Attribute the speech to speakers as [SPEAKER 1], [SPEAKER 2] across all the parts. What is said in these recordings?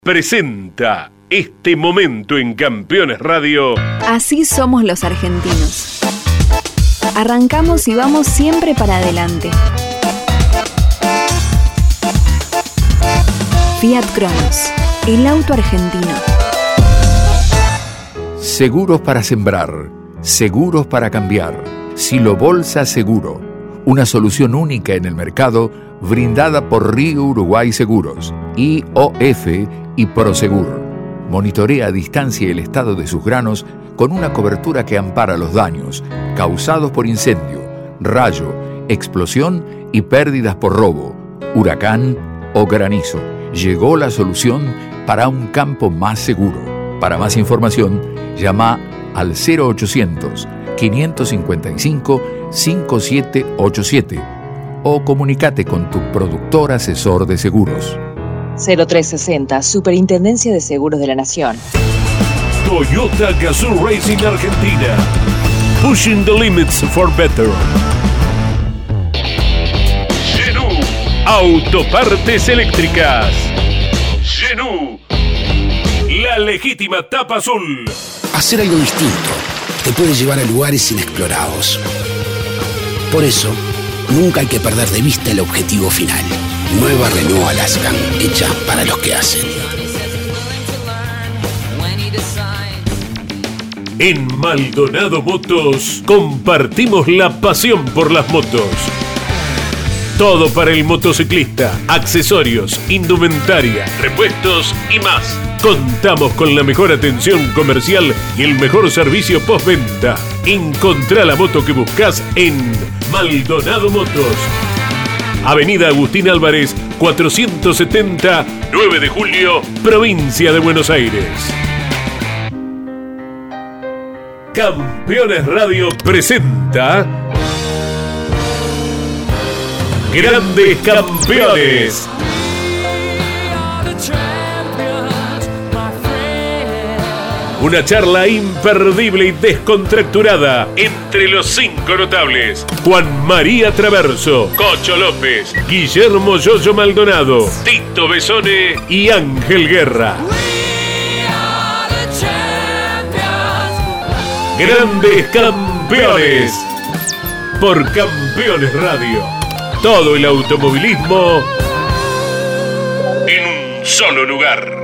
[SPEAKER 1] presenta este momento en Campeones Radio.
[SPEAKER 2] Así somos los argentinos. Arrancamos y vamos siempre para adelante. Fiat Cronos, el auto argentino.
[SPEAKER 3] Seguros para sembrar, seguros para cambiar. Silo Bolsa Seguro, una solución única en el mercado brindada por Río Uruguay Seguros, IOF y Prosegur. Monitorea a distancia el estado de sus granos con una cobertura que ampara los daños causados por incendio, rayo, explosión y pérdidas por robo, huracán o granizo. Llegó la solución para un campo más seguro. Para más información, llama al 0800-555-5787 o comunícate con tu productor asesor de seguros.
[SPEAKER 4] 0360, Superintendencia de Seguros de la Nación.
[SPEAKER 1] Toyota Gazoo Racing Argentina. Pushing the limits for better. Genú, autopartes eléctricas. Genú, la legítima tapa azul.
[SPEAKER 5] Hacer algo distinto te puede llevar a lugares inexplorados. Por eso, nunca hay que perder de vista el objetivo final. Nueva Renault Alaskan, hecha para los que hacen.
[SPEAKER 1] En Maldonado Motos compartimos la pasión por las motos. Todo para el motociclista, accesorios, indumentaria, repuestos y más. Contamos con la mejor atención comercial y el mejor servicio postventa. Encontrá la moto que buscas en Maldonado Motos. Avenida Agustín Álvarez, 470, 9 de julio, provincia de Buenos Aires. Campeones Radio presenta Grandes Campeones. Una charla imperdible y descontracturada entre los 5 notables: Juan María Traverso, Cocho López, Guillermo Yoyo Maldonado, Tito Besone y Ángel Guerra. Grandes Campeones por Campeones Radio. Todo el automovilismo en un solo lugar.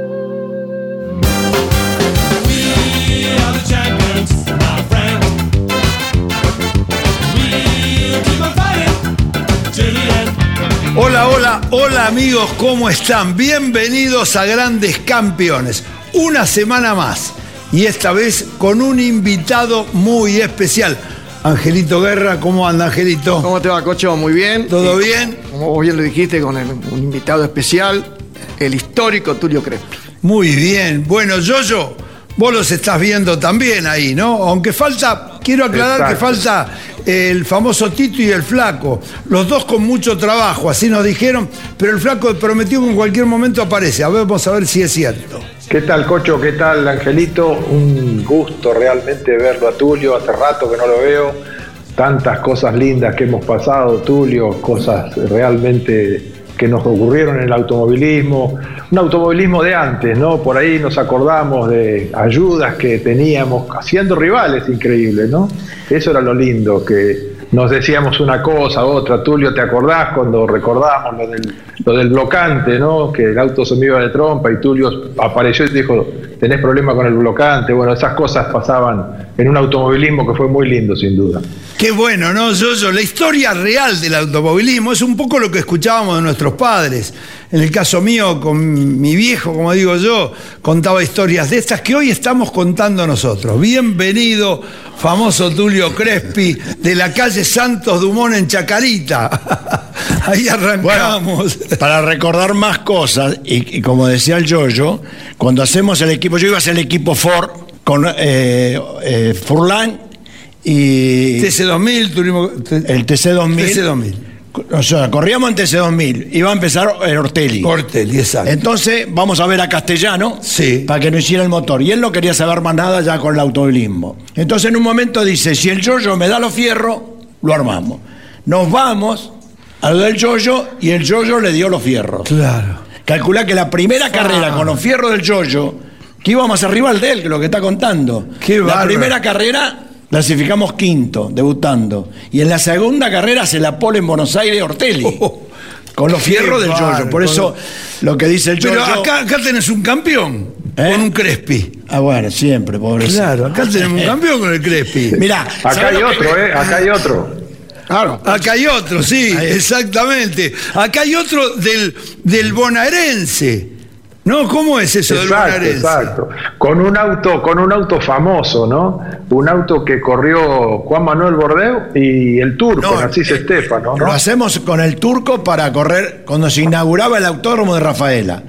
[SPEAKER 6] Hola amigos, ¿cómo están? Bienvenidos a Grandes Campeones. Una semana más y esta vez con un invitado muy especial. Angelito Guerra, ¿cómo anda, Angelito?
[SPEAKER 7] ¿Cómo te va, Cocho? Muy bien.
[SPEAKER 6] ¿Todo bien?
[SPEAKER 7] Como vos bien lo dijiste, con un invitado especial, el histórico Tulio Crespi.
[SPEAKER 6] Muy bien. Bueno, Yoyo, vos los estás viendo también ahí, ¿no? Aunque falta, quiero aclarar que falta el famoso Tito y el Flaco. Los dos con mucho trabajo, así nos dijeron, pero el Flaco prometió que en cualquier momento aparece. Vamos a ver si es cierto.
[SPEAKER 8] ¿Qué tal, Cocho? ¿Qué tal, Angelito? Un gusto realmente verlo a Tulio. Hace rato que no lo veo. Tantas cosas lindas que hemos pasado, Tulio, cosas realmente que nos ocurrieron en el automovilismo. Un automovilismo de antes, ¿no? Por ahí nos acordamos de ayudas que teníamos, haciendo rivales increíbles, ¿no? Eso era lo lindo, que nos decíamos una cosa, otra. Tulio, ¿te acordás cuando recordábamos lo del blocante, ¿no? Que el auto se me iba de trompa y Tulio apareció y dijo, tenés problema con el blocante. Bueno, esas cosas pasaban en un automovilismo que fue muy lindo, sin duda.
[SPEAKER 6] Qué bueno, ¿no, Yoyo? La historia real del automovilismo es un poco lo que escuchábamos de nuestros padres. En el caso mío, con mi viejo, como digo yo, contaba historias de estas que hoy estamos contando nosotros. Bienvenido, famoso Tulio Crespi, de la calle Santos Dumont en Chacarita. Ahí arrancamos.
[SPEAKER 9] Bueno, para recordar más cosas, y como decía el Yoyo, cuando hacemos el equipo, yo iba a hacer el equipo Ford con Furlan y
[SPEAKER 6] TC2000, tuvimos
[SPEAKER 9] el TC2000.
[SPEAKER 6] TC2000.
[SPEAKER 9] O sea, corríamos en TC2000, iba a empezar Ortelli.
[SPEAKER 6] Ortelli, exacto.
[SPEAKER 9] Entonces vamos a ver a Castellano,
[SPEAKER 6] sí,
[SPEAKER 9] para que no hiciera el motor. Y él no quería saber más nada ya con el automovilismo. Entonces en un momento dice, si el Yoyo me da los fierros, lo armamos. Nos vamos a lo del Yoyo y el Yoyo le dio los fierros.
[SPEAKER 6] Claro.
[SPEAKER 9] Calculá que la primera carrera con los fierros del Yoyo, que íbamos a rival de él, que es lo que está contando.
[SPEAKER 6] Qué
[SPEAKER 9] la
[SPEAKER 6] bárbaro.
[SPEAKER 9] Primera carrera clasificamos quinto, debutando. Y en la segunda carrera se la pone en Buenos Aires Ortelli. Con los fierros del Yoyo. Por eso lo que dice el Yoyo.
[SPEAKER 6] Pero acá tenés un campeón con un Crespi.
[SPEAKER 9] Ah, bueno, siempre, pobrecito.
[SPEAKER 6] Claro, acá tenemos un campeón con el Crespi.
[SPEAKER 9] Mirá,
[SPEAKER 8] Acá hay otro, Acá hay otro.
[SPEAKER 9] Claro.
[SPEAKER 6] Acá hay otro, sí, exactamente. Acá hay otro del bonaerense. ¿No? ¿Cómo es eso del bonaerense?
[SPEAKER 8] Exacto. Con un auto famoso, ¿no? Un auto que corrió Juan Manuel Bordeu y el Turco, Narciso Estefano, ¿no?
[SPEAKER 9] Lo hacemos con el Turco para correr cuando se inauguraba el autódromo de Rafaela.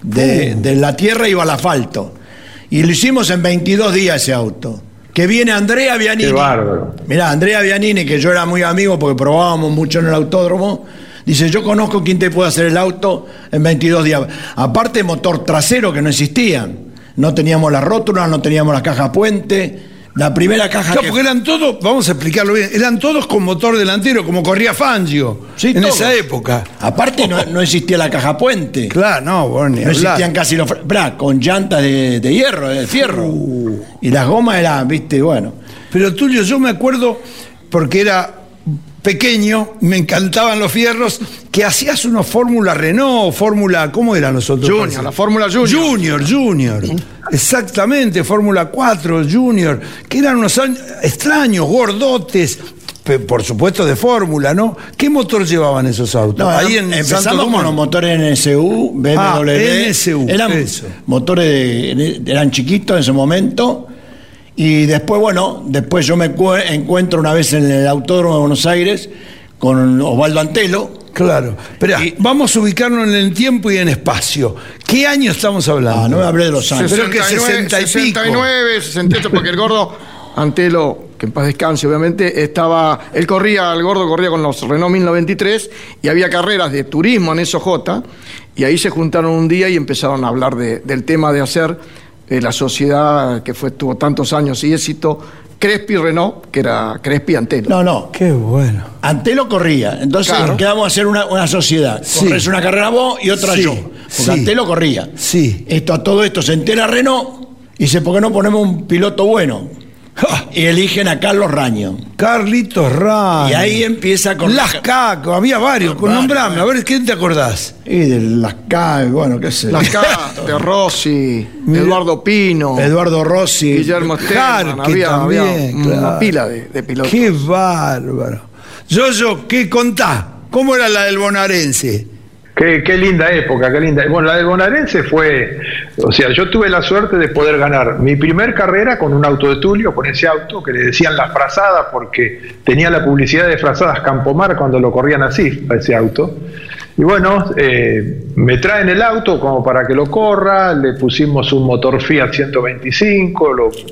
[SPEAKER 9] De la tierra iba al asfalto. Y lo hicimos en 22 días ese auto. Que viene Andrea Bianini.
[SPEAKER 8] Qué bárbaro.
[SPEAKER 9] Mirá, Andrea Bianini, que yo era muy amigo porque probábamos mucho en el autódromo, dice, yo conozco quién te puede hacer el auto en 22 días. Aparte, motor trasero que no existían. No teníamos las rótulas, no teníamos las cajas puente. La primera caja
[SPEAKER 6] porque eran todos, vamos a explicarlo bien, eran todos con motor delantero, como corría Fangio en esa época.
[SPEAKER 9] Aparte no existía la caja puente.
[SPEAKER 6] Claro, no, bueno, ni
[SPEAKER 9] no
[SPEAKER 6] hablar.
[SPEAKER 9] existían casi los... con llantas de hierro, de fierro. Y las gomas eran, viste, bueno.
[SPEAKER 6] Pero Tulio, yo me acuerdo, porque era pequeño, me encantaban los fierros, que hacías una fórmula Renault, fórmula, ¿cómo eran los otros?
[SPEAKER 7] Junior, la fórmula Junior.
[SPEAKER 6] Junior. Exactamente, fórmula 4, Junior, que eran unos años extraños, gordotes, por supuesto de fórmula, ¿no? ¿Qué motor llevaban esos autos?
[SPEAKER 9] No,
[SPEAKER 6] ahí en
[SPEAKER 9] empezamos
[SPEAKER 6] Santo
[SPEAKER 9] con los motores NSU, BMW.
[SPEAKER 6] NSU,
[SPEAKER 9] eran
[SPEAKER 6] eso.
[SPEAKER 9] motores eran chiquitos en ese momento. Y después, después yo me encuentro una vez en el Autódromo de Buenos Aires con Osvaldo Antelo.
[SPEAKER 6] Claro. Pero vamos a ubicarnos en el tiempo y en espacio. ¿Qué año estamos hablando?
[SPEAKER 9] No me hablé de los años.
[SPEAKER 6] Pero que 60 y pico.
[SPEAKER 7] 69, 68, porque el gordo Antelo, que en paz descanse, obviamente, él corría, el gordo corría con los Renault 1093 y había carreras de turismo en SOJ, y ahí se juntaron un día y empezaron a hablar del tema de hacer la sociedad que tuvo tantos años y éxito, Crespi Renault, que era Crespi Antelo.
[SPEAKER 9] No.
[SPEAKER 6] Qué bueno.
[SPEAKER 9] Antelo corría. Entonces, ¿qué vamos a hacer una sociedad? Corres una carrera vos y otra yo. Porque Antelo corría.
[SPEAKER 6] Sí.
[SPEAKER 9] Todo esto se entera Renault y dice, ¿por qué no ponemos un piloto bueno? Y eligen a Carlos Raño.
[SPEAKER 6] Carlitos Raño.
[SPEAKER 9] Y ahí empieza con...
[SPEAKER 6] Las Caco, había varios. Nombrame, a ver, ¿quién te acordás?
[SPEAKER 9] Y de Las Caco, bueno, qué sé.
[SPEAKER 7] Las Caco, de Rossi, Eduardo Pino.
[SPEAKER 9] Eduardo Rossi.
[SPEAKER 7] Guillermo Sterman. Había una pila de pilotos.
[SPEAKER 6] Qué bárbaro. Yoyo, ¿qué contá? ¿Cómo era la del bonaerense?
[SPEAKER 8] Qué linda época, qué linda. Bueno, la del bonaerense fue, o sea, yo tuve la suerte de poder ganar mi primer carrera con un auto de Tulio, con ese auto que le decían la frazada, porque tenía la publicidad de frazadas Campomar cuando lo corrían así, a ese auto. Y bueno, me traen el auto como para que lo corra, le pusimos un motor Fiat 125,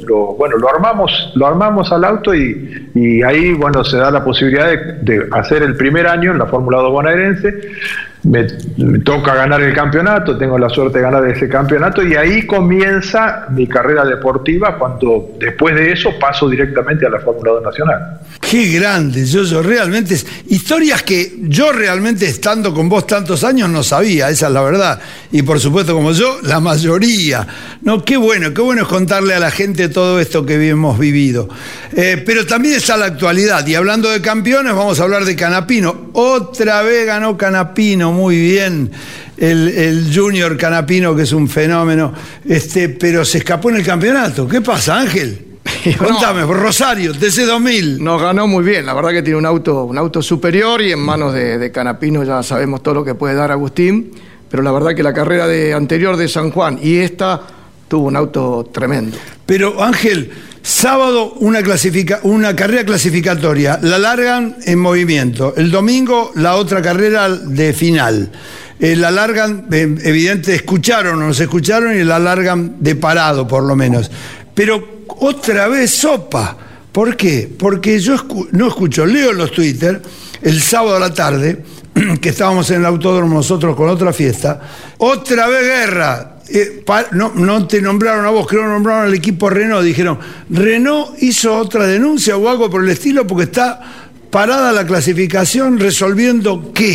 [SPEAKER 8] lo armamos al auto y ahí, bueno, se da la posibilidad de hacer el primer año en la Fórmula 2 bonaerense. Me toca ganar el campeonato, tengo la suerte de ganar ese campeonato y ahí comienza mi carrera deportiva, cuando después de eso paso directamente a la Fórmula 2 nacional.
[SPEAKER 6] Qué grande, Yoyo, realmente historias que yo realmente estando con vos tantos años no sabía, esa es la verdad, y por supuesto como yo, la mayoría. No, qué bueno es contarle a la gente todo esto que hemos vivido. Pero también está la actualidad, y hablando de campeones vamos a hablar de Canapino. Otra vez ganó Canapino, muy bien, el Junior Canapino, que es un fenómeno, pero se escapó en el campeonato. ¿Qué pasa, Ángel? Contame, Rosario, TC2000.
[SPEAKER 7] Nos ganó muy bien, la verdad que tiene un auto superior, y en manos de Canapino ya sabemos todo lo que puede dar Agustín, pero la verdad que la carrera anterior de San Juan y esta tuvo un auto tremendo.
[SPEAKER 6] Pero Ángel, sábado una carrera clasificatoria, la largan en movimiento, el domingo la otra carrera de final. La largan, evidente, nos escucharon y la largan de parado por lo menos. Pero otra vez sopa. ¿Por qué? Porque yo no escucho, leo en los Twitter el sábado a la tarde, que estábamos en el autódromo nosotros con otra fiesta, otra vez guerra. No te nombraron a vos, creo que nombraron al equipo Renault. Dijeron, Renault hizo otra denuncia o algo por el estilo porque está parada la clasificación resolviendo ¿qué?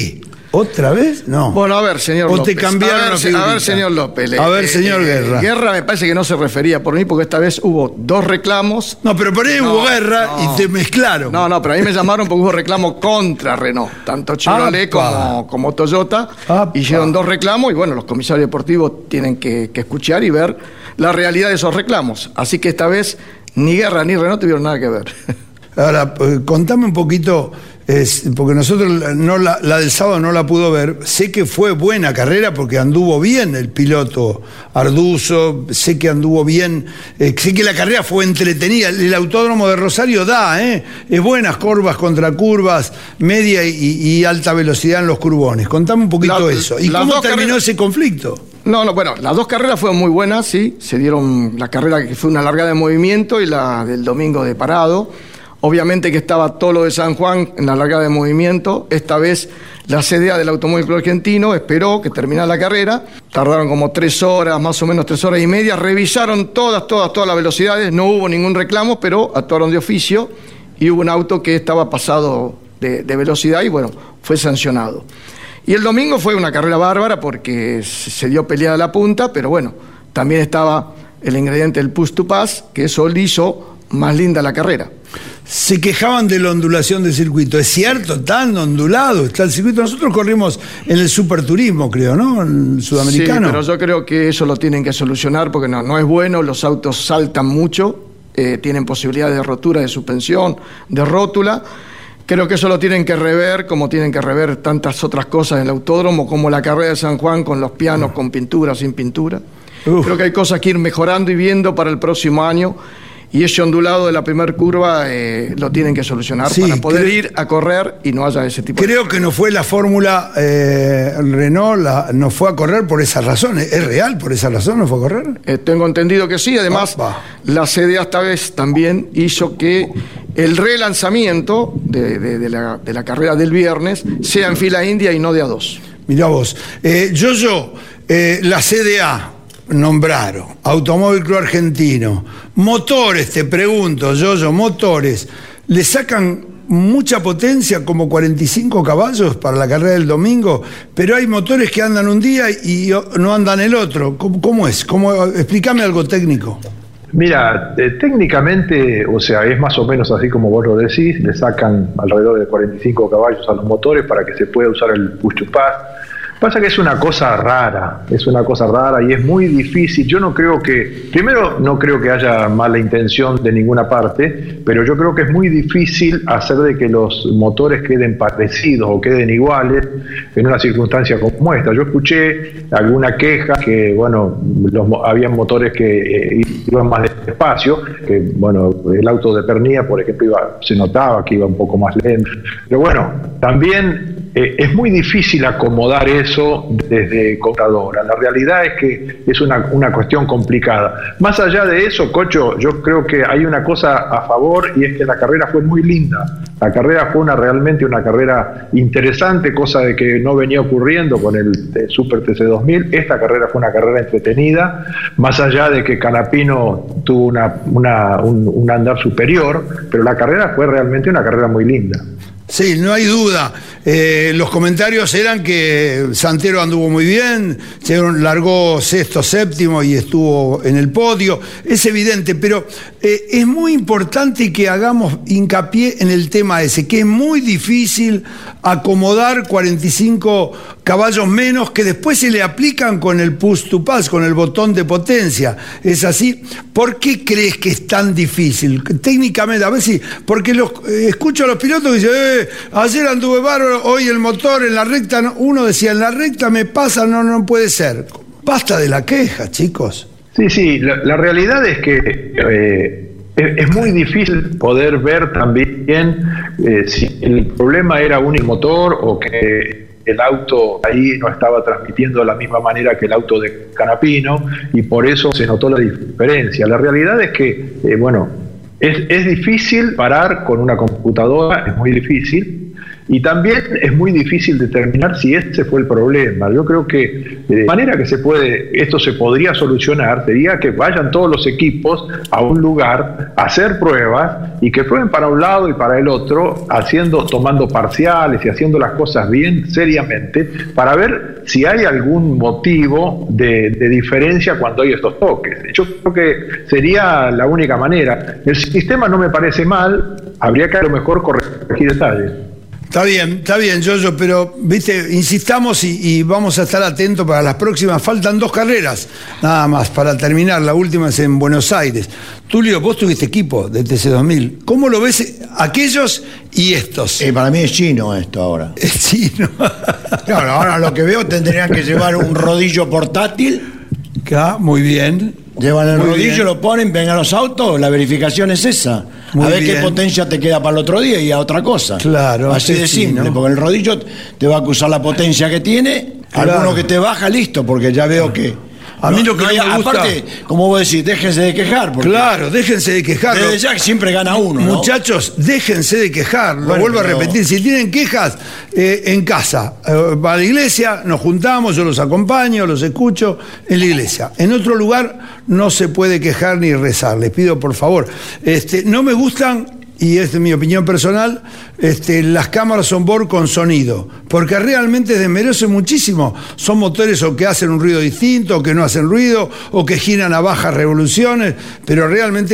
[SPEAKER 6] ¿Otra vez? No.
[SPEAKER 7] Bueno, a ver, señor López.
[SPEAKER 6] ¿O te cambiaron la figurita?
[SPEAKER 7] A ver, señor López.
[SPEAKER 6] A ver, señor Guerra.
[SPEAKER 7] Guerra me parece que no se refería por mí, porque esta vez hubo 2 reclamos.
[SPEAKER 6] No, pero por ahí hubo guerra y te mezclaron.
[SPEAKER 7] No, pero a mí me llamaron porque hubo reclamo contra Renault, tanto Chevrolet como Toyota. Hicieron 2 reclamos y bueno, los comisarios deportivos tienen que escuchar y ver la realidad de esos reclamos. Así que esta vez ni Guerra ni Renault tuvieron nada que ver.
[SPEAKER 6] Ahora, contame un poquito, porque nosotros la del sábado no la pudo ver. Sé que fue buena carrera porque anduvo bien el piloto Arduzo, sé que anduvo bien, sé que la carrera fue entretenida. El autódromo de Rosario es buenas curvas contra curvas, media y alta velocidad en los curbones. Contame un poquito eso. ¿Y cómo terminó ese conflicto?
[SPEAKER 7] Bueno, las 2 carreras fueron muy buenas, sí. Se dieron la carrera que fue una largada de movimiento y la del domingo de parado. Obviamente que estaba todo lo de San Juan en la largada de movimiento. Esta vez la CDA del Automóvil Club Argentino esperó que terminara la carrera. Tardaron como 3 horas, más o menos 3 horas y media. Revisaron todas las velocidades. No hubo ningún reclamo, pero actuaron de oficio. Y hubo un auto que estaba pasado de velocidad y bueno, fue sancionado. Y el domingo fue una carrera bárbara porque se dio pelea a la punta, pero bueno, también estaba el ingrediente del push to pass, que eso le hizo más linda la carrera.
[SPEAKER 6] Se quejaban de la ondulación del circuito. ¿Es cierto? ¿Tan ondulado está el circuito? Nosotros corrimos en el superturismo, creo, ¿no? En el sudamericano.
[SPEAKER 7] Sí, pero yo creo que eso lo tienen que solucionar porque no es bueno. Los autos saltan mucho, tienen posibilidad de rotura de suspensión, de rótula. Creo que eso lo tienen que rever, como tienen que rever tantas otras cosas en el autódromo, como la carrera de San Juan con los pianos, con pintura, sin pintura. Creo que hay cosas que ir mejorando y viendo para el próximo año. Y ese ondulado de la primera curva lo tienen que solucionar para poder ir a correr y no haya ese tipo de...
[SPEAKER 6] Creo que no fue la fórmula Renault, no fue a correr por esa razón. ¿Es real por esa razón no fue a correr?
[SPEAKER 7] Tengo entendido que sí. Además, la CDA esta vez también hizo que el relanzamiento de la carrera del viernes sea en fila india y no de A2.
[SPEAKER 6] Mirá vos. La CDA... nombraron, Automóvil Club Argentino, motores, te pregunto, motores, ¿le sacan mucha potencia, como 45 caballos para la carrera del domingo? Pero hay motores que andan un día y no andan el otro. ¿Cómo es? Explícame algo técnico.
[SPEAKER 8] Mira, técnicamente, o sea, es más o menos así como vos lo decís, le sacan alrededor de 45 caballos a los motores para que se pueda usar el push to pass. Pasa que es una cosa rara y es muy difícil. Yo no creo que, primero no creo que haya mala intención de ninguna parte, pero yo creo que es muy difícil hacer de que los motores queden parecidos o queden iguales en una circunstancia como esta. Yo escuché alguna queja que, bueno, había motores que iban más despacio, que, bueno, el auto de Pernía, por ejemplo, se notaba que iba un poco más lento. Pero bueno, también es muy difícil acomodar eso desde computadora. La realidad es que es una cuestión complicada. Más allá de eso, Cocho, yo creo que hay una cosa a favor y es que la carrera fue muy linda. La carrera fue realmente una carrera interesante, cosa de que no venía ocurriendo con el Super TC2000. Esta carrera fue una carrera entretenida, más allá de que Canapino tuvo un andar superior, pero la carrera fue realmente una carrera muy linda.
[SPEAKER 6] Sí, no hay duda. Los comentarios eran que Santero anduvo muy bien, largó sexto, séptimo y estuvo en el podio. Es evidente, pero es muy importante que hagamos hincapié en el tema ese, que es muy difícil acomodar 45 caballos menos que después se le aplican con el push to pass, con el botón de potencia. ¿Es así? ¿Por qué crees que es tan difícil? Técnicamente, a ver si... Porque escucho a los pilotos que dicen, ayer anduve bárbaro, hoy el motor en la recta, uno decía, en la recta me pasa, no puede ser. Basta de la queja, chicos.
[SPEAKER 8] Sí, la realidad es que es muy difícil poder ver también si el problema era un motor o que el auto ahí no estaba transmitiendo de la misma manera que el auto de Canapino y por eso se notó la diferencia. La realidad es que, es difícil parar con una computadora, es muy difícil. Y también es muy difícil determinar si ese fue el problema. Yo creo que de manera que esto se podría solucionar sería que vayan todos los equipos a un lugar a hacer pruebas y que prueben para un lado y para el otro, tomando parciales y haciendo las cosas bien seriamente para ver si hay algún motivo de diferencia cuando hay estos toques. Yo creo que sería la única manera. El sistema no me parece mal, habría que a lo mejor corregir detalles.
[SPEAKER 6] Está bien, Yoyo, pero viste, insistamos y vamos a estar atentos para las próximas. Faltan 2 carreras, nada más, para terminar. La última es en Buenos Aires. Tulio, vos tuviste equipo de TC2000. ¿Cómo lo ves aquellos y estos?
[SPEAKER 9] Para mí es chino esto ahora.
[SPEAKER 6] Es chino.
[SPEAKER 9] Claro, ahora lo que veo tendrían que llevar un rodillo portátil.
[SPEAKER 6] Muy bien.
[SPEAKER 9] Llevan el rodillo, lo ponen, ven a los autos, la verificación es esa. A ver qué potencia te queda para el otro día y a otra cosa.
[SPEAKER 6] Claro.
[SPEAKER 9] Así de simple, ¿no? Porque el rodillo te va a acusar la potencia que tiene, alguno que te baja, listo, porque ya veo que...
[SPEAKER 6] A mí lo que no me gusta...
[SPEAKER 9] Aparte, como vos decís, déjense de quejar.
[SPEAKER 6] Claro, déjense de quejar.
[SPEAKER 9] Desde ya siempre gana uno, ¿no?
[SPEAKER 6] Muchachos, déjense de quejar. Lo vuelvo a repetir. Si tienen quejas, en casa, va a la iglesia, nos juntamos, yo los acompaño, los escucho en la iglesia. En otro lugar no se puede quejar ni rezar. Les pido, por favor. No me gustan... y es mi opinión personal, las cámaras on board con sonido, porque realmente desmerece muchísimo. Son motores o que hacen un ruido distinto, o que no hacen ruido, o que giran a bajas revoluciones, pero realmente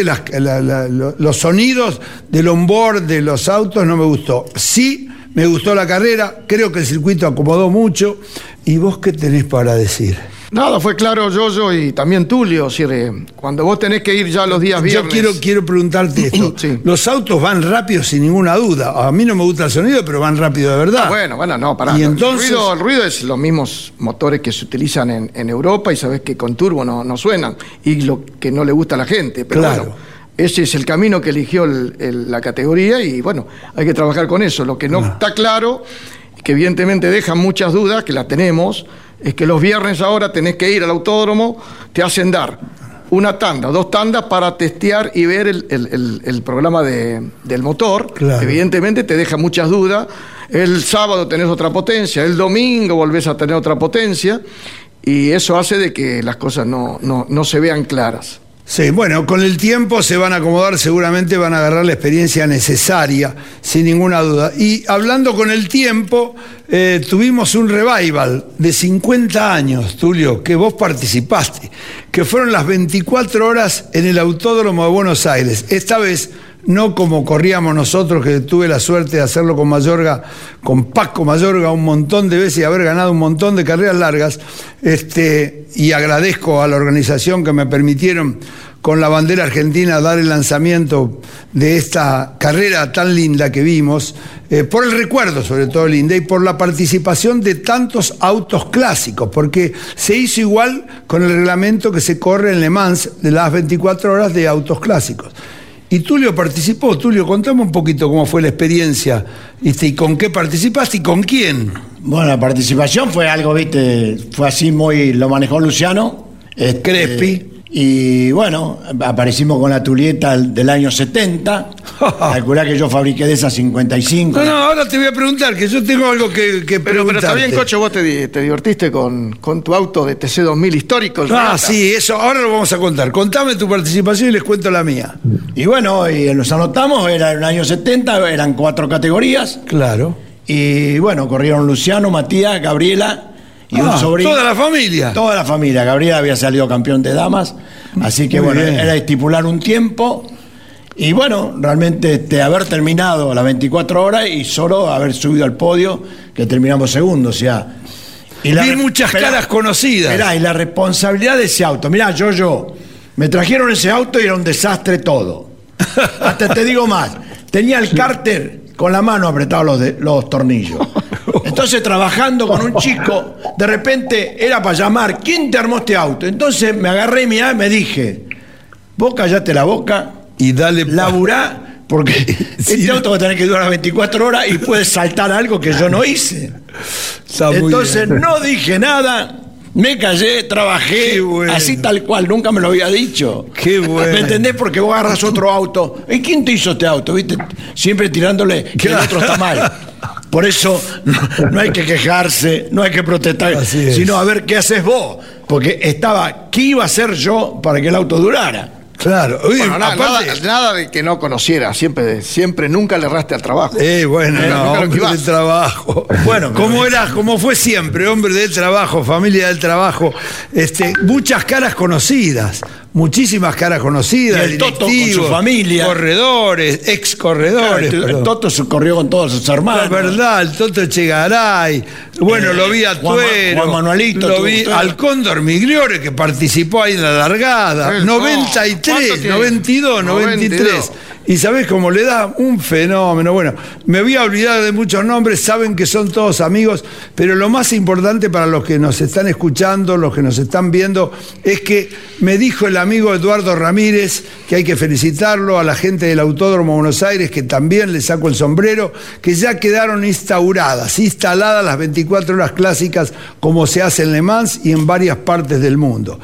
[SPEAKER 6] los sonidos del onboard de los autos no me gustó. Sí, me gustó la carrera, creo que el circuito acomodó mucho. ¿Y vos qué tenés para decir?
[SPEAKER 7] Nada, fue claro, Yoyo, y también Tulio. Cuando vos tenés que ir ya los días viernes...
[SPEAKER 6] Yo quiero preguntarte esto.
[SPEAKER 7] Sí.
[SPEAKER 6] Los autos van rápido sin ninguna duda. A mí no me gusta el sonido, pero van rápido de verdad.
[SPEAKER 7] Bueno, no, pará.
[SPEAKER 6] Y entonces...
[SPEAKER 7] el ruido es los mismos motores que se utilizan en Europa, y sabés que con turbo no suenan, y lo que no le gusta a la gente. Pero
[SPEAKER 6] claro.
[SPEAKER 7] Bueno, ese es el camino que eligió la categoría, y bueno, hay que trabajar con eso. Lo que no está claro, que evidentemente deja muchas dudas, que las tenemos, es que los viernes ahora tenés que ir al autódromo, te hacen dar una tanda, 2 tandas para testear y ver el programa del motor.
[SPEAKER 6] Claro.
[SPEAKER 7] Evidentemente te deja muchas dudas. El sábado tenés otra potencia, el domingo volvés a tener otra potencia, y eso hace de que las cosas no se vean claras.
[SPEAKER 6] Sí, bueno, con el tiempo se van a acomodar, seguramente van a agarrar la experiencia necesaria, sin ninguna duda. Y hablando con el tiempo, tuvimos un revival de 50 años, Tulio, que vos participaste, que fueron las 24 horas en el Autódromo de Buenos Aires. Esta vez no como corríamos nosotros, que tuve la suerte de hacerlo con Mayorga, con Paco Mayorga un montón de veces y haber ganado un montón de carreras largas, y agradezco a la organización que me permitieron con la bandera argentina dar el lanzamiento de esta carrera tan linda que vimos, por el recuerdo sobre todo linda y por la participación de tantos autos clásicos, porque se hizo igual con el reglamento que se corre en Le Mans de las 24 horas de autos clásicos. Y Tulio participó. Tulio, contame un poquito cómo fue la experiencia, y con qué participaste y con quién.
[SPEAKER 9] Bueno, la participación fue algo, fue así lo manejó Luciano.
[SPEAKER 6] Crespi.
[SPEAKER 9] Y bueno, aparecimos con la Tulieta del año 70. Calculá que yo fabriqué de esas 55.
[SPEAKER 6] No, ahora te voy a preguntar, que yo tengo algo que preguntarte.
[SPEAKER 7] Pero está bien, Cocho, vos te divertiste con tu auto de TC2000 histórico.
[SPEAKER 6] Sí, eso, ahora lo vamos a contar. Contame tu participación y les cuento la mía.
[SPEAKER 9] Y bueno, y nos anotamos, era en el año 70, eran 4 categorías.
[SPEAKER 6] Claro.
[SPEAKER 9] Y bueno, corrieron Luciano, Matías, Gabriela y un sobrino.
[SPEAKER 6] Toda la familia.
[SPEAKER 9] Toda la familia. Gabriela había salido campeón de damas, así que bueno, era estipular un tiempo. Y bueno, realmente haber terminado las 24 horas y solo haber subido al podio, que terminamos segundo, o sea...
[SPEAKER 6] Vi muchas caras conocidas.
[SPEAKER 9] Mirá, y la responsabilidad de ese auto. Mirá, me trajeron ese auto y era un desastre todo. Hasta te digo más, tenía el cárter con la mano apretados los tornillos. Entonces, trabajando con un chico, de repente era para llamar, ¿quién te armó este auto? Entonces me agarré y me dije, vos callate la boca y dale laburá, porque este auto va a tener que durar 24 horas y puede saltar algo que yo no hice. Entonces no dije nada, me callé, trabajé, así tal cual, nunca me lo había dicho.
[SPEAKER 6] Qué bueno.
[SPEAKER 9] ¿Me entendés? Porque vos agarras otro auto. ¿Y quién te hizo este auto? ¿Viste? Siempre tirándole que el otro está mal. Por eso no hay que quejarse, no hay que protestar, sino a ver qué haces vos. Porque ¿qué iba a hacer yo para que el auto durara?
[SPEAKER 6] Claro.
[SPEAKER 7] Bueno, nada de que no conociera, siempre nunca le erraste al trabajo.
[SPEAKER 6] Hombre del trabajo. Bueno, como fue siempre, hombre del trabajo, familia del trabajo, muchas caras conocidas. Muchísimas caras conocidas,
[SPEAKER 9] el Toto con su familia,
[SPEAKER 6] corredores, ex corredores.
[SPEAKER 9] El Toto se corrió con todos sus hermanos.
[SPEAKER 6] La verdad, el Toto Echegaray. Bueno, lo vi a Tuero,
[SPEAKER 9] Juan Manuelito,
[SPEAKER 6] lo vi al Cóndor Migliore, que participó ahí en la largada. 93, 92, 93. Y sabés cómo le da un fenómeno. Bueno, me voy a olvidar de muchos nombres, saben que son todos amigos, pero lo más importante para los que nos están escuchando, los que nos están viendo, es que me dijo el amigo Eduardo Ramírez que hay que felicitarlo, a la gente del Autódromo Buenos Aires, que también le saco el sombrero, que ya quedaron instaladas las 24 horas clásicas como se hace en Le Mans y en varias partes del mundo.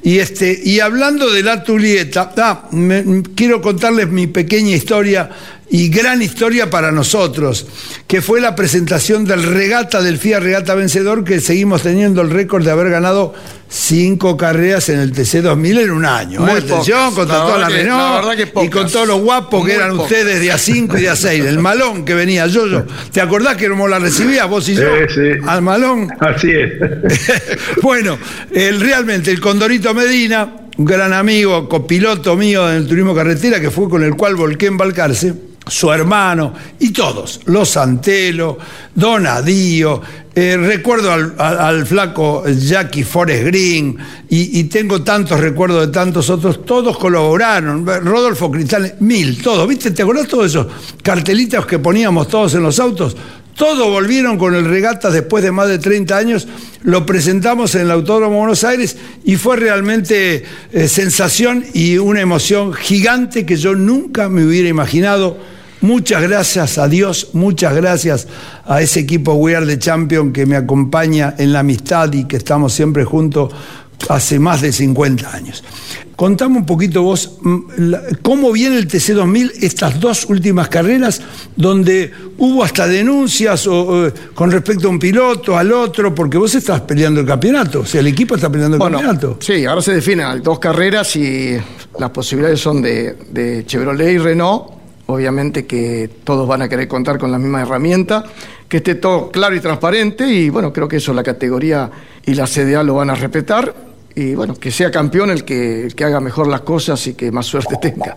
[SPEAKER 6] Y hablando de la Tulieta, quiero contarles mi pequeña historia y gran historia para nosotros, que fue la presentación del Fiat Regata Vencedor, que seguimos teniendo el récord de haber ganado 5 carreras en el TC 2000 en un año. Atención, contra toda la Renault y con todos los guapos que eran ustedes de A5 y de A6. El Malón que venía, yo. ¿Te acordás que cómo la recibías vos y yo?
[SPEAKER 8] Sí.
[SPEAKER 6] Al Malón.
[SPEAKER 8] Así es.
[SPEAKER 6] Bueno, realmente el Condorito Medina, un gran amigo, copiloto mío en el turismo carretera, que fue con el cual volqué en Balcarce, su hermano y todos, los Antelo, Donadío, recuerdo al flaco Jackie Forrest Green y tengo tantos recuerdos de tantos otros, todos colaboraron, Rodolfo Cristales, todos, ¿viste? ¿Te acordás todos esos cartelitos que poníamos todos en los autos? Todos volvieron con el Regata después de más de 30 años, lo presentamos en el Autódromo Buenos Aires y fue realmente sensación y una emoción gigante que yo nunca me hubiera imaginado. Muchas gracias a Dios, muchas gracias a ese equipo We Are the Champion que me acompaña en la amistad y que estamos siempre juntos hace más de 50 años. Contame un poquito vos, ¿cómo viene el TC 2000, estas 2 últimas carreras, donde hubo hasta denuncias con respecto a un piloto, al otro, porque vos estás peleando el campeonato, o sea, el equipo está peleando el campeonato?
[SPEAKER 7] Sí, ahora se definen 2 carreras y las posibilidades son de Chevrolet y Renault. Obviamente que todos van a querer contar con la misma herramienta, que esté todo claro y transparente, y bueno, creo que eso la categoría y la CDA lo van a respetar, y bueno, que sea campeón el que haga mejor las cosas y que más suerte tenga.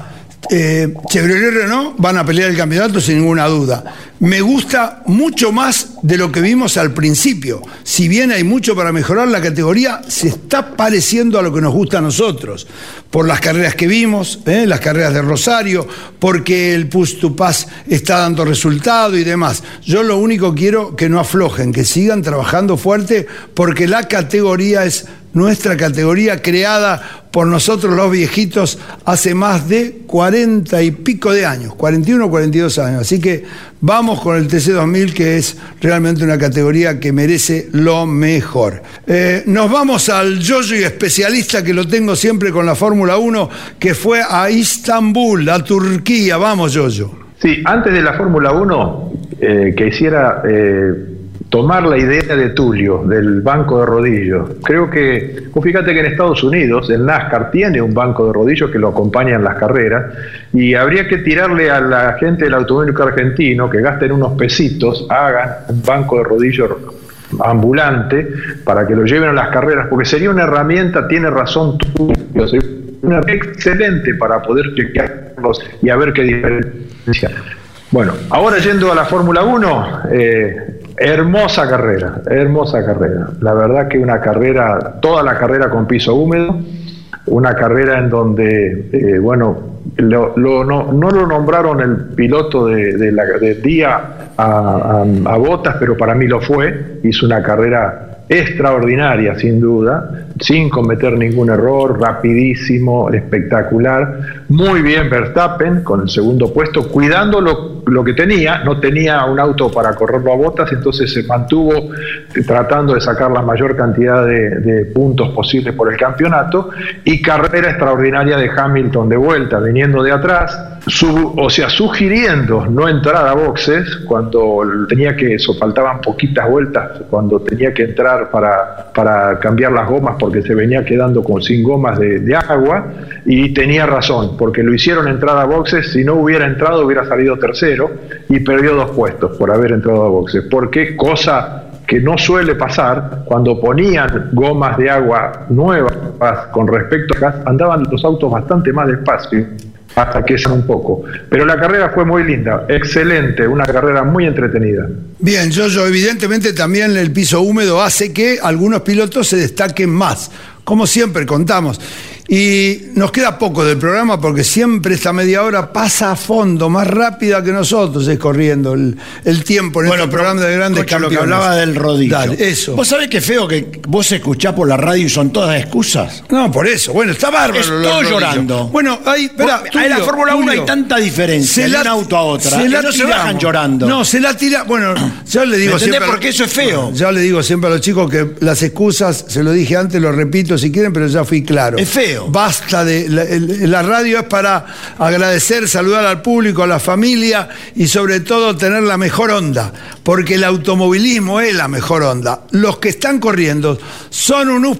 [SPEAKER 6] Chevrolet y Renault van a pelear el campeonato sin ninguna duda. Me gusta mucho más de lo que vimos al principio. Si bien hay mucho para mejorar, la categoría se está pareciendo a lo que nos gusta a nosotros. Por las carreras que vimos, las carreras de Rosario, porque el push to pass está dando resultado y demás. Yo lo único quiero que no aflojen, que sigan trabajando fuerte, porque la categoría es nuestra categoría, creada por nosotros los viejitos hace más de 40 y pico de años, 41 o 42 años. Así que vamos con el TC 2000, que es realmente una categoría que merece lo mejor. Nos vamos al Yoyo y especialista, que lo tengo siempre con la Fórmula 1, que fue a Istambul, a Turquía. Vamos, Yoyo.
[SPEAKER 8] Sí, antes de la Fórmula 1, quisiera tomar la idea de Tulio, del banco de rodillos. Creo que, fíjate que en Estados Unidos, el NASCAR tiene un banco de rodillos que lo acompaña en las carreras, y habría que tirarle a la gente del automovilismo argentino que gasten unos pesitos, hagan un banco de rodillos ambulante para que lo lleven a las carreras, porque sería una herramienta, tiene razón Tulio, sería una excelente para poder chequearlos y a ver qué diferencia. Bueno, ahora yendo a la Fórmula 1, hermosa carrera. La verdad que una carrera, toda la carrera con piso húmedo, una carrera en donde, no lo nombraron el piloto de día a Bottas, pero para mí lo fue. Hizo una carrera extraordinaria, sin duda. sin cometer ningún error, rapidísimo, espectacular. Muy bien Verstappen con el segundo puesto, cuidando lo que tenía. No tenía un auto para correrlo a Bottas, entonces se mantuvo tratando de sacar la mayor cantidad de puntos posibles por el campeonato. Y carrera extraordinaria de Hamilton de vuelta, viniendo de atrás, sugiriendo no entrar a boxes cuando tenía que, faltaban poquitas vueltas, cuando tenía que entrar para cambiar las gomas, porque se venía quedando sin gomas de agua, y tenía razón, porque lo hicieron entrar a boxes. Si no hubiera entrado hubiera salido tercero y perdió 2 puestos por haber entrado a boxes, porque cosa que no suele pasar, cuando ponían gomas de agua nuevas con respecto a gas, andaban los autos bastante más despacio hasta que un poco. Pero la carrera fue muy linda, excelente, una carrera muy entretenida.
[SPEAKER 6] Bien, yo evidentemente también el piso húmedo hace que algunos pilotos se destaquen más, como siempre contamos. Y nos queda poco del programa porque siempre esta media hora pasa a fondo, más rápida que nosotros es corriendo el tiempo en este programa de grandes campeones.
[SPEAKER 9] Lo que hablaba del rodillo.
[SPEAKER 6] Dale, eso.
[SPEAKER 9] ¿Vos sabés qué feo que vos escuchás por la radio y son todas excusas?
[SPEAKER 6] No, por eso. Bueno, está bárbaro.
[SPEAKER 9] Estoy llorando.
[SPEAKER 6] Bueno, ahí,
[SPEAKER 9] en la Fórmula 1 hay tanta diferencia de un auto a otra. No se bajan llorando.
[SPEAKER 6] No, se la tira. Bueno, yo le digo siempre.
[SPEAKER 9] Porque eso es feo.
[SPEAKER 6] Yo le digo siempre a los chicos que las excusas, se lo dije antes, lo repito si quieren, pero ya fui claro.
[SPEAKER 9] Es feo.
[SPEAKER 6] Basta de. La radio es para agradecer, saludar al público, a la familia y sobre todo tener la mejor onda, porque el automovilismo es la mejor onda. Los que están corriendo son unos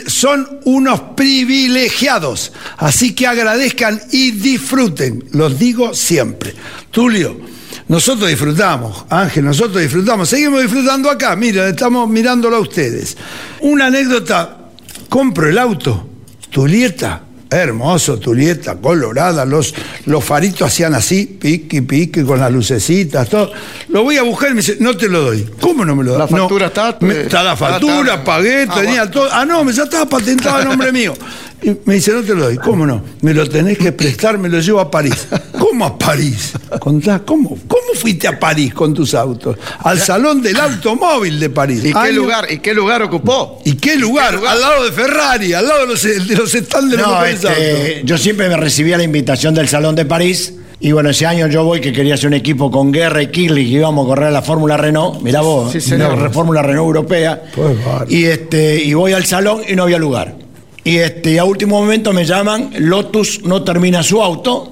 [SPEAKER 6] privilegiados, así que agradezcan y disfruten, los digo siempre. Tulio, nosotros disfrutamos, Ángel, nosotros disfrutamos, seguimos disfrutando acá, mira, estamos mirándolo a ustedes. Una anécdota, compro el auto, Tulieta, hermoso, Tulieta, colorada, los faritos hacían así, pique, con las lucecitas, todo. Lo voy a buscar y me dice, no te lo doy. ¿Cómo no me lo das?
[SPEAKER 7] La factura está...
[SPEAKER 6] Está la factura, pagué, tenía todo. Ah, no, ya estaba patentado a nombre mío. Y me dice, no te lo doy. ¿Cómo no? Me lo tenés que prestar, me lo llevo a París. ¿Cómo a París? Contá, ¿cómo fuiste a París con tus autos? Al Salón del Automóvil de París.
[SPEAKER 7] ¿Y qué lugar ocupó?
[SPEAKER 6] ¿Y qué lugar? Al lado de Ferrari, al lado de los stands de los mejores autos.
[SPEAKER 9] Yo siempre me recibía la invitación del Salón de París. Y bueno, ese año yo voy, que quería hacer un equipo con Guerra y Kirli, que íbamos a correr la Fórmula Renault. Mirá vos,
[SPEAKER 7] sí,
[SPEAKER 9] la Fórmula Renault europea.
[SPEAKER 6] Pues,
[SPEAKER 9] y voy al salón y no había lugar. Y a último momento me llaman, Lotus no termina su auto.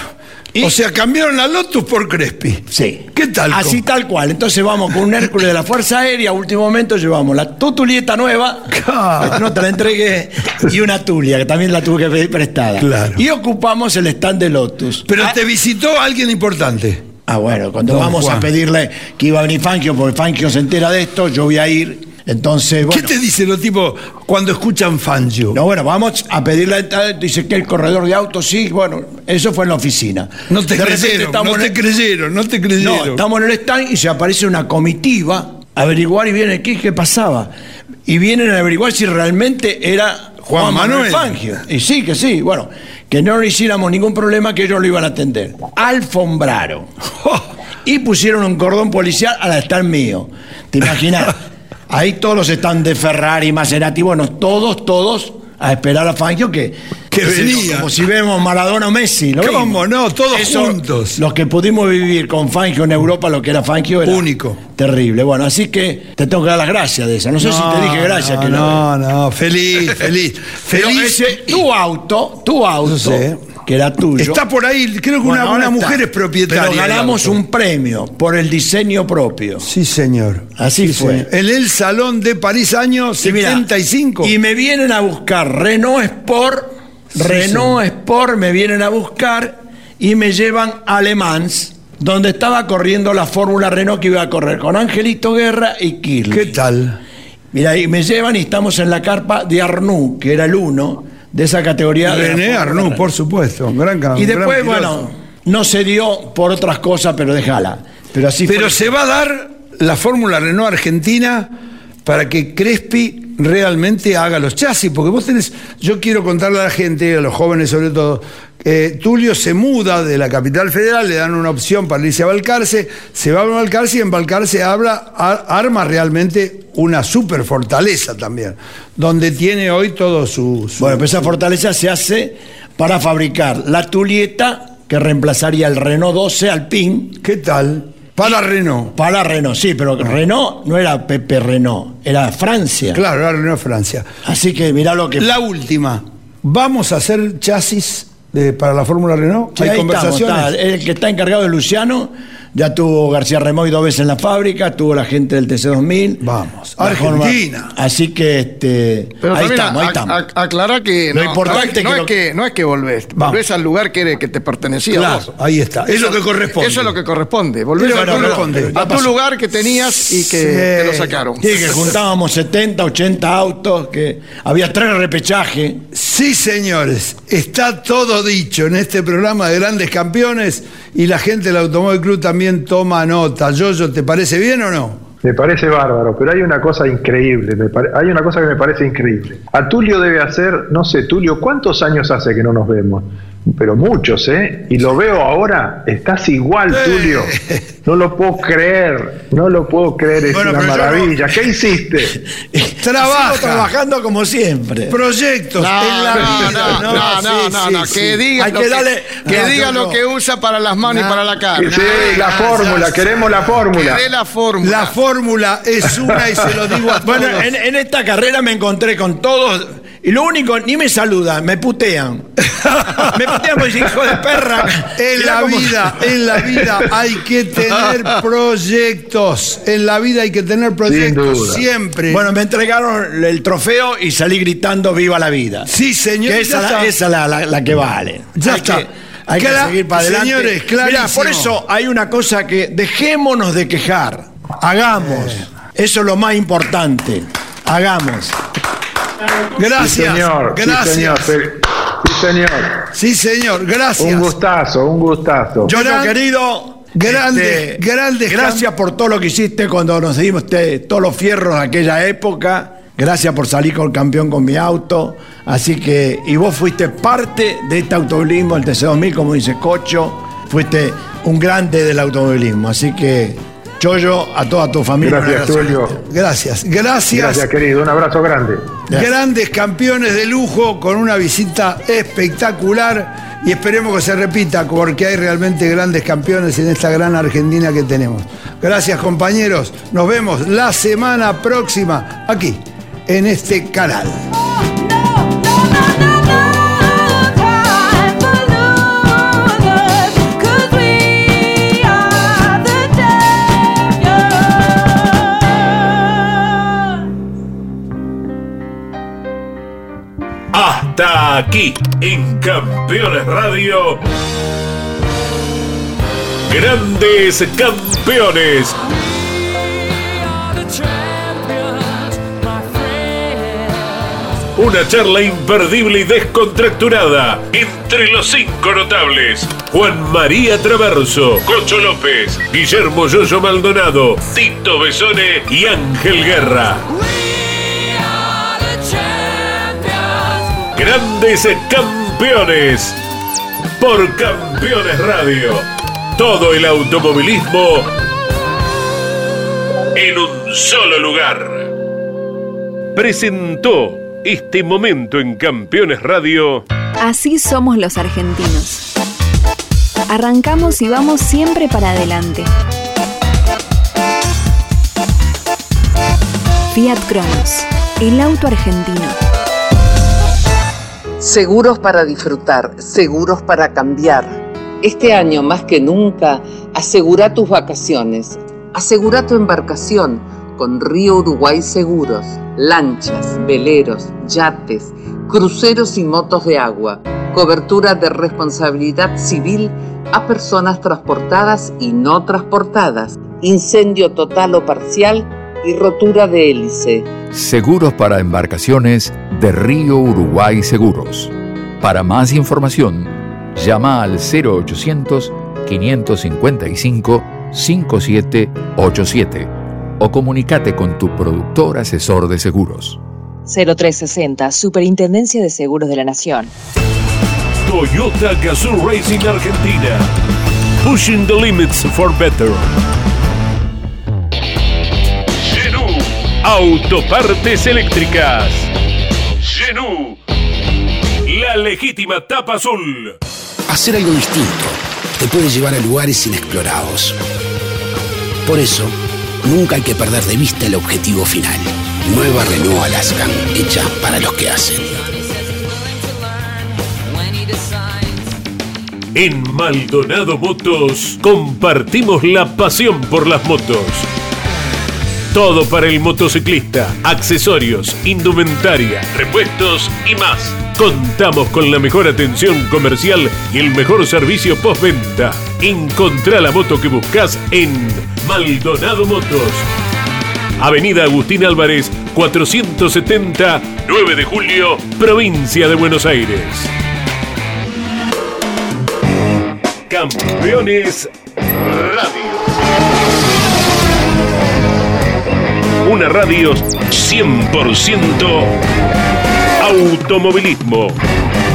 [SPEAKER 6] O sea, cambiaron la Lotus por Crespi.
[SPEAKER 9] Sí.
[SPEAKER 6] ¿Qué tal?
[SPEAKER 9] Así tal cual. Entonces vamos con un Hércules de la Fuerza Aérea, a último momento llevamos la Tulieta nueva, no te la entregué, y una Tulia, que también la tuve que pedir prestada.
[SPEAKER 6] Claro.
[SPEAKER 9] Y ocupamos el stand de Lotus.
[SPEAKER 6] Pero te visitó alguien importante.
[SPEAKER 9] Bueno, cuando vamos Juan a pedirle que iba a venir Fangio, porque Fangio se entera de esto, yo voy a ir. Entonces, bueno.
[SPEAKER 6] ¿Qué te dicen los tipos cuando escuchan Fangio?
[SPEAKER 9] No, bueno, vamos a pedirle, dice que el corredor de autos, sí, bueno, eso fue en la oficina.
[SPEAKER 6] No te creyeron.
[SPEAKER 9] No, estamos en el stand y se aparece una comitiva a averiguar y viene qué pasaba. Y vienen a averiguar si realmente era Juan Manuel Fangio. Y sí, que sí, bueno, que no le hiciéramos ningún problema, que ellos lo iban a atender. Alfombraron. Y pusieron un cordón policial al stand mío. ¿Te imaginas? Ahí todos los stands de Ferrari, Maserati, bueno, todos a esperar a Fangio que venía. Como si vemos Maradona o Messi.
[SPEAKER 6] ¿Cómo no? Todos juntos.
[SPEAKER 9] Los que pudimos vivir con Fangio en Europa, lo que era Fangio era
[SPEAKER 6] único.
[SPEAKER 9] Terrible. Bueno, así que te tengo que dar las gracias de esa. No sé si te dije gracias.
[SPEAKER 6] Feliz.
[SPEAKER 9] Tu auto, que era tuyo.
[SPEAKER 6] Está por ahí, creo que una mujer es propietaria.
[SPEAKER 9] Pero ganamos un premio por el diseño propio.
[SPEAKER 6] Sí, señor.
[SPEAKER 9] Así fue.
[SPEAKER 6] En el Salón de París, año 75.
[SPEAKER 9] Y me vienen a buscar Renault Sport, me vienen a buscar y me llevan a Le Mans, donde estaba corriendo la Fórmula Renault, que iba a correr con Angelito Guerra y Kirli.
[SPEAKER 6] ¿Qué tal?
[SPEAKER 9] Mira, y me llevan y estamos en la carpa de Arnoux, que era el 1 de esa categoría.
[SPEAKER 6] René Arnoux, por supuesto,
[SPEAKER 9] y después, bueno, no se dio por otras cosas, pero déjala. Pero se va a dar la Fórmula Renault Argentina para que Crespi
[SPEAKER 6] realmente haga los chasis, porque vos tenés, yo quiero contarle a la gente, a los jóvenes sobre todo, Tulio se muda de la capital federal, le dan una opción para irse a Balcarce, se va a Balcarce y en Balcarce arma realmente una super fortaleza también, donde tiene hoy todo su...
[SPEAKER 9] Bueno, pues esa fortaleza se hace para fabricar la Tulieta, que reemplazaría el Renault 12 Alpine.
[SPEAKER 6] ¿Qué tal? Para Renault.
[SPEAKER 9] Para Renault, sí, pero Renault no era Pepe Renault, era Francia.
[SPEAKER 6] Claro, era Renault Francia.
[SPEAKER 9] Así que mirá lo que...
[SPEAKER 6] La última, ¿vamos a hacer chasis para la Fórmula Renault?
[SPEAKER 9] Sí,
[SPEAKER 6] ¿Hay conversaciones?
[SPEAKER 9] El que está encargado es Luciano, ya tuvo García Remoy 2 veces en la fábrica, tuvo la gente del TC2000.
[SPEAKER 6] Vamos, Argentina.
[SPEAKER 9] Así que
[SPEAKER 7] Pero
[SPEAKER 9] ahí
[SPEAKER 7] también
[SPEAKER 9] estamos.
[SPEAKER 7] Aclará que
[SPEAKER 9] Lo importante
[SPEAKER 7] no es que volvés al lugar que te pertenecía.
[SPEAKER 6] Claro,
[SPEAKER 7] vos.
[SPEAKER 6] ahí está. Es lo que corresponde.
[SPEAKER 7] Eso es lo que corresponde. Volvés a tu lugar que tenías y que te lo sacaron.
[SPEAKER 9] Sí, que juntábamos 70, 80 autos, que había 3 repechajes.
[SPEAKER 6] Sí, señores, está todo dicho en este programa de Grandes Campeones y la gente del Automóvil Club también toma nota. Yoyo, ¿te parece bien o no?
[SPEAKER 8] Me parece bárbaro, pero hay una cosa increíble, hay una cosa que me parece increíble. A Tulio debe hacer, no sé, Tulio, ¿cuántos años hace que no nos vemos? Pero muchos, ¿eh? Y lo veo ahora, estás igual, Tulio. No lo puedo creer, es una maravilla. ¿Qué hiciste?
[SPEAKER 9] Sigo trabajando como siempre.
[SPEAKER 6] Proyectos en la vida.
[SPEAKER 7] No. Que diga lo que usa para las manos y para la cara.
[SPEAKER 8] Sí, la fórmula, queremos la fórmula.
[SPEAKER 7] Que dé la fórmula.
[SPEAKER 6] La fórmula es una y se lo digo a todos.
[SPEAKER 9] Bueno, en esta carrera me encontré con todos y lo único, ni me saludan, me putean. Me putean porque hijo de perra.
[SPEAKER 6] En la vida hay que tener proyectos. En la vida hay que tener proyectos siempre.
[SPEAKER 9] Bueno, me entregaron el trofeo y salí gritando viva la vida.
[SPEAKER 6] Sí, señor.
[SPEAKER 9] Que esa es la que vale.
[SPEAKER 6] Ya está.
[SPEAKER 9] Hay que seguir para adelante.
[SPEAKER 6] Señores, clarísimo.
[SPEAKER 9] Mirá, por eso hay una cosa que dejémonos de quejar. Hagamos. Eso es lo más importante. Hagamos.
[SPEAKER 6] Gracias.
[SPEAKER 8] Sí, señor.
[SPEAKER 6] Gracias.
[SPEAKER 8] Sí, señor.
[SPEAKER 6] Gracias.
[SPEAKER 8] Un gustazo.
[SPEAKER 9] Yo, querido,
[SPEAKER 6] grandes.
[SPEAKER 9] Gracias por todo lo que hiciste cuando nos dimos todos los fierros de aquella época. Gracias por salir con campeón con mi auto. Así que, y vos fuiste parte de este automovilismo, el TC2000, como dice Cocho. Fuiste un grande del automovilismo. Así que, Choyo, a toda tu familia.
[SPEAKER 8] Gracias, Tulio.
[SPEAKER 6] Gracias,
[SPEAKER 8] querido. Un abrazo grande.
[SPEAKER 6] Grandes campeones de lujo con una visita espectacular y esperemos que se repita porque hay realmente grandes campeones en esta gran Argentina que tenemos. Gracias, compañeros. Nos vemos la semana próxima aquí en este canal.
[SPEAKER 1] Hasta aquí en Campeones Radio. Grandes Campeones. Una charla imperdible y descontracturada entre los 5 notables: Juan María Traverso, Cocho López, Guillermo Yoyo Maldonado, Tito Besone y Ángel Guerra. Grandes Campeones por Campeones Radio. Todo el automovilismo en un solo lugar. Presentó este momento en Campeones Radio.
[SPEAKER 2] Así somos los argentinos. Arrancamos y vamos siempre para adelante. Fiat Cronos, el auto argentino.
[SPEAKER 4] Seguros para disfrutar, seguros para cambiar. Este año más que nunca, asegura tus vacaciones. Asegura tu embarcación con Río Uruguay Seguros. Lanchas, veleros, yates, cruceros y motos de agua. Cobertura de responsabilidad civil a personas transportadas y no transportadas. Incendio total o parcial y rotura de hélice.
[SPEAKER 3] Seguros para embarcaciones de Río Uruguay Seguros. Para más información, llama al 0800-555-5787 o comunícate con tu productor asesor de seguros.
[SPEAKER 10] 0360, Superintendencia de Seguros de la Nación.
[SPEAKER 1] Toyota Gazoo Racing Argentina. Pushing the limits for better. Genú, autopartes eléctricas. Genú, la legítima tapa azul.
[SPEAKER 5] Hacer algo distinto te puede llevar a lugares inexplorados. Por eso, nunca hay que perder de vista el objetivo final. Nueva Renault Alaskan, hecha para los que hacen.
[SPEAKER 1] En Maldonado Motos compartimos la pasión por las motos. Todo para el motociclista, accesorios, indumentaria, repuestos y más. Contamos con la mejor atención comercial y el mejor servicio postventa. Encontrá la moto que buscas en Maldonado Motos. Avenida Agustín Álvarez, 470, 9 de julio, provincia de Buenos Aires. Campeones Radio. Una radio 100% automovilismo.